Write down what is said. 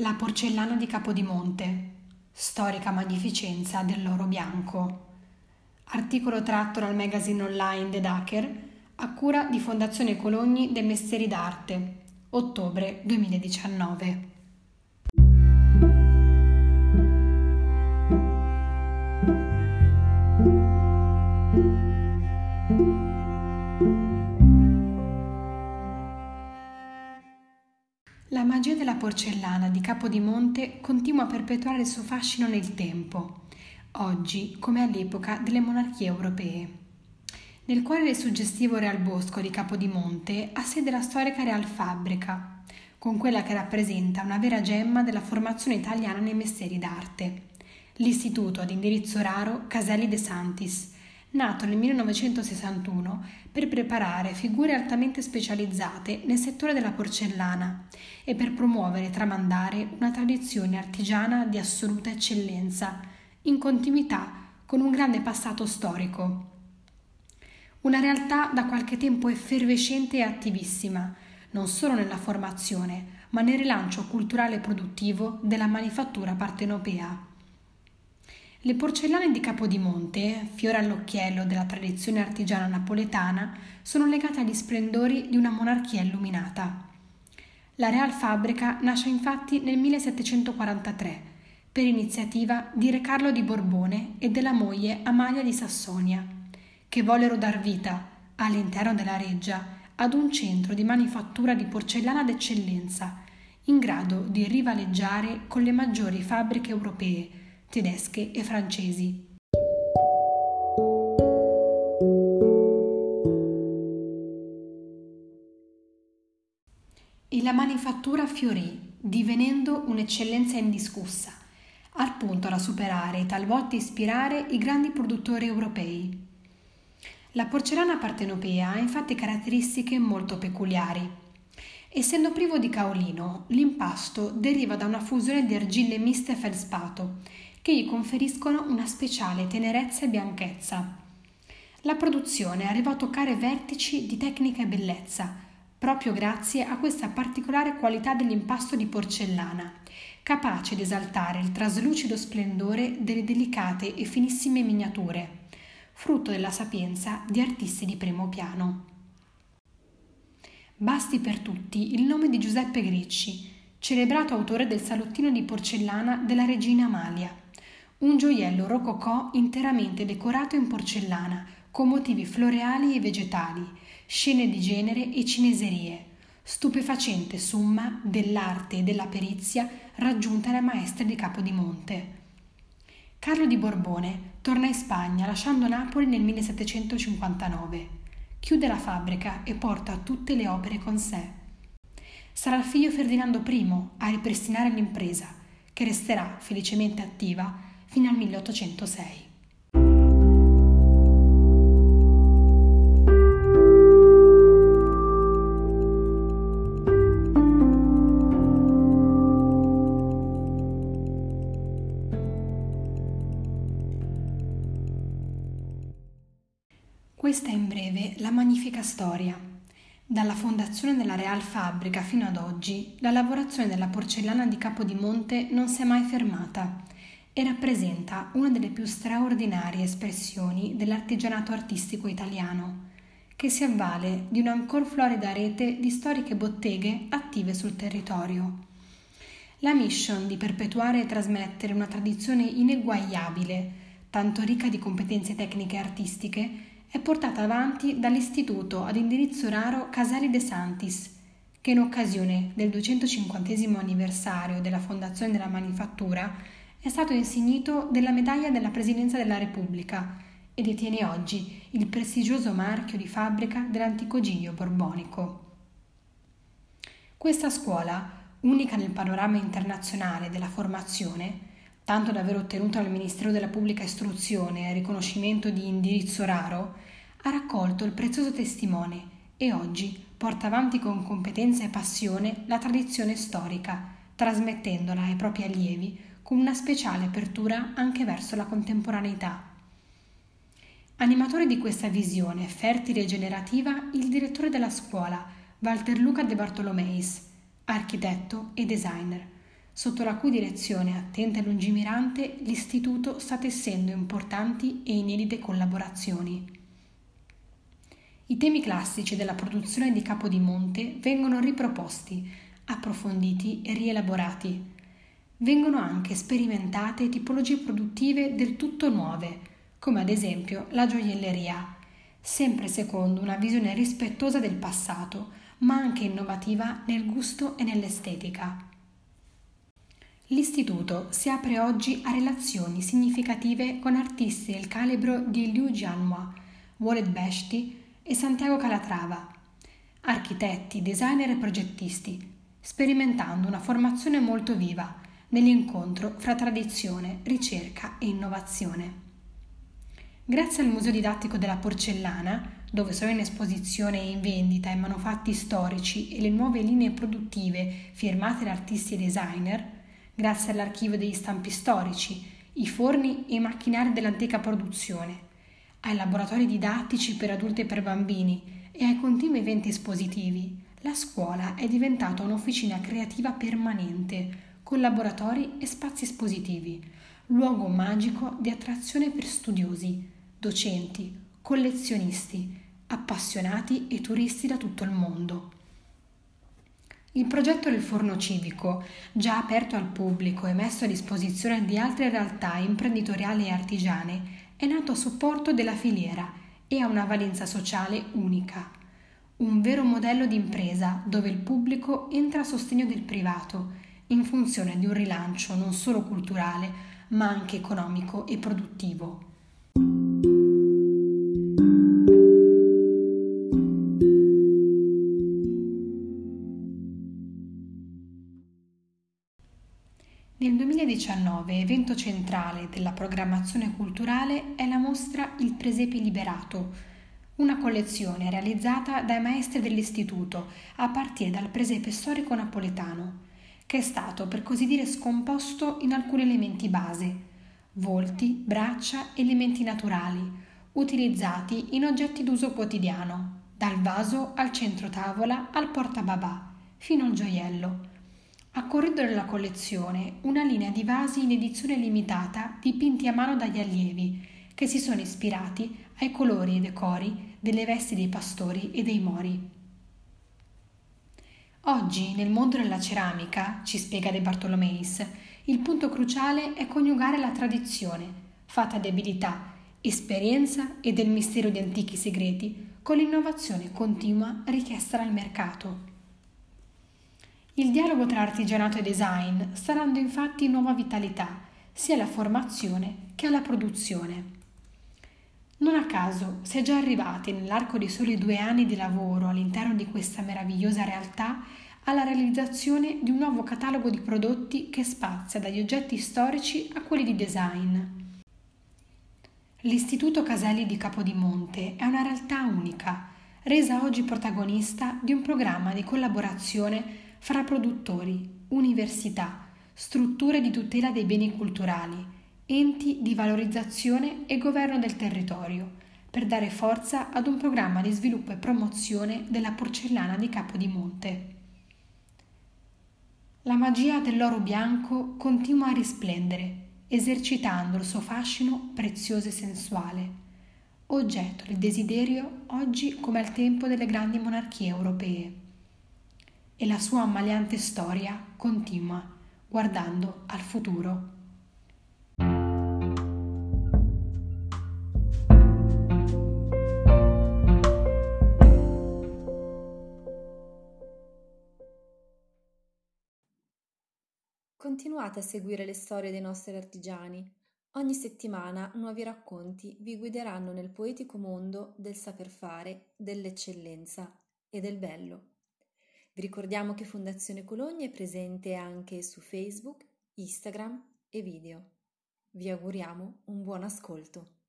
La porcellana di Capodimonte, storica magnificenza dell'oro bianco. Articolo tratto dal magazine online The Dacher, a cura di Fondazione Cologni dei Mestieri d'Arte, ottobre 2019. La magia della porcellana di Capodimonte continua a perpetuare il suo fascino nel tempo, oggi come all'epoca delle monarchie europee. Nel cuore del suggestivo Real Bosco di Capodimonte ha sede la storica Real Fabbrica, con quella che rappresenta una vera gemma della formazione italiana nei mestieri d'arte, l'istituto ad indirizzo raro Casali de Santis, nato nel 1961 per preparare figure altamente specializzate nel settore della porcellana e per promuovere e tramandare una tradizione artigiana di assoluta eccellenza, in continuità con un grande passato storico. Una realtà da qualche tempo effervescente e attivissima, non solo nella formazione, ma nel rilancio culturale e produttivo della manifattura partenopea. Le porcellane di Capodimonte, fiore all'occhiello della tradizione artigiana napoletana, sono legate agli splendori di una monarchia illuminata. La Real Fabbrica nasce infatti nel 1743 per iniziativa di Re Carlo di Borbone e della moglie Amalia di Sassonia, che vollero dar vita, all'interno della reggia, ad un centro di manifattura di porcellana d'eccellenza, in grado di rivaleggiare con le maggiori fabbriche europee, tedesche e francesi. E la manifattura fiorì, divenendo un'eccellenza indiscussa, al punto da superare e talvolta ispirare i grandi produttori europei. La porcellana partenopea ha infatti caratteristiche molto peculiari. Essendo privo di caolino, l'impasto deriva da una fusione di argille miste e feldspato, che gli conferiscono una speciale tenerezza e bianchezza. La produzione arrivò a toccare vertici di tecnica e bellezza, proprio grazie a questa particolare qualità dell'impasto di porcellana, capace di esaltare il traslucido splendore delle delicate e finissime miniature, frutto della sapienza di artisti di primo piano. Basti per tutti il nome di Giuseppe Grecci, celebrato autore del salottino di porcellana della Regina Amalia, un gioiello rococò interamente decorato in porcellana, con motivi floreali e vegetali, scene di genere e cineserie, stupefacente somma dell'arte e della perizia raggiunta dai maestri di Capodimonte. Carlo di Borbone torna in Spagna lasciando Napoli nel 1759. Chiude la fabbrica e porta tutte le opere con sé. Sarà il figlio Ferdinando I a ripristinare l'impresa, che resterà felicemente attiva fino al 1806. Questa è in breve la magnifica storia. Dalla fondazione della Real Fabbrica fino ad oggi, la lavorazione della porcellana di Capodimonte non si è mai fermata e rappresenta una delle più straordinarie espressioni dell'artigianato artistico italiano, che si avvale di un'ancor florida rete di storiche botteghe attive sul territorio. La mission di perpetuare e trasmettere una tradizione ineguagliabile, tanto ricca di competenze tecniche e artistiche, è portata avanti dall'istituto ad indirizzo raro Casali de Santis, che in occasione del 250° anniversario della fondazione della manifattura è stato insignito della medaglia della Presidenza della Repubblica e detiene oggi il prestigioso marchio di fabbrica dell'antico Giglio borbonico. Questa scuola, unica nel panorama internazionale della formazione, tanto da aver ottenuto dal Ministero della Pubblica Istruzione il riconoscimento di indirizzo raro, ha raccolto il prezioso testimone e oggi porta avanti con competenza e passione la tradizione storica, trasmettendola ai propri allievi con una speciale apertura anche verso la contemporaneità. Animatore di questa visione fertile e generativa, il direttore della scuola, Walter Luca de Bartolomeis, architetto e designer, Sotto la cui direzione attenta e lungimirante l'Istituto sta tessendo importanti e inedite collaborazioni. I temi classici della produzione di Capodimonte vengono riproposti, approfonditi e rielaborati. Vengono anche sperimentate tipologie produttive del tutto nuove, come ad esempio la gioielleria, sempre secondo una visione rispettosa del passato, ma anche innovativa nel gusto e nell'estetica. L'Istituto si apre oggi a relazioni significative con artisti del calibro di Liu Jianhua, Walid Beshti e Santiago Calatrava, architetti, designer e progettisti, sperimentando una formazione molto viva nell'incontro fra tradizione, ricerca e innovazione. Grazie al Museo Didattico della Porcellana, dove sono in esposizione e in vendita i manufatti storici e le nuove linee produttive firmate da artisti e designer, grazie all'archivio degli stampi storici, i forni e i macchinari dell'antica produzione, ai laboratori didattici per adulti e per bambini e ai continui eventi espositivi, la scuola è diventata un'officina creativa permanente, con laboratori e spazi espositivi, luogo magico di attrazione per studiosi, docenti, collezionisti, appassionati e turisti da tutto il mondo. Il progetto del forno civico, già aperto al pubblico e messo a disposizione di altre realtà imprenditoriali e artigiane, è nato a supporto della filiera e ha una valenza sociale unica. Un vero modello di impresa dove il pubblico entra a sostegno del privato, in funzione di un rilancio non solo culturale, ma anche economico e produttivo. Nel 2019, evento centrale della programmazione culturale è la mostra Il Presepe Liberato, una collezione realizzata dai maestri dell'Istituto a partire dal presepe storico napoletano, che è stato per così dire scomposto in alcuni elementi base, volti, braccia, elementi naturali, utilizzati in oggetti d'uso quotidiano, dal vaso al centro tavola al portababà, fino al gioiello. A corredo della collezione una linea di vasi in edizione limitata dipinti a mano dagli allievi, che si sono ispirati ai colori e decori delle vesti dei pastori e dei mori. Oggi, nel mondo della ceramica, ci spiega De Bartolomeis, il punto cruciale è coniugare la tradizione, fatta di abilità, esperienza e del mistero di antichi segreti, con l'innovazione continua richiesta dal mercato. Il dialogo tra artigianato e design sta dando infatti nuova vitalità, sia alla formazione che alla produzione. Non a caso si è già arrivati, nell'arco di soli 2 anni di lavoro all'interno di questa meravigliosa realtà, alla realizzazione di un nuovo catalogo di prodotti che spazia dagli oggetti storici a quelli di design. L'Istituto Caselli di Capodimonte è una realtà unica, resa oggi protagonista di un programma di collaborazione fra produttori, università, strutture di tutela dei beni culturali, enti di valorizzazione e governo del territorio, per dare forza ad un programma di sviluppo e promozione della porcellana di Capodimonte. La magia dell'oro bianco continua a risplendere, esercitando il suo fascino prezioso e sensuale, oggetto di desiderio oggi come al tempo delle grandi monarchie europee. E la sua ammaliante storia continua, guardando al futuro. Continuate a seguire le storie dei nostri artigiani. Ogni settimana nuovi racconti vi guideranno nel poetico mondo del saper fare, dell'eccellenza e del bello. Vi ricordiamo che Fondazione Cologni è presente anche su Facebook, Instagram e video. Vi auguriamo un buon ascolto.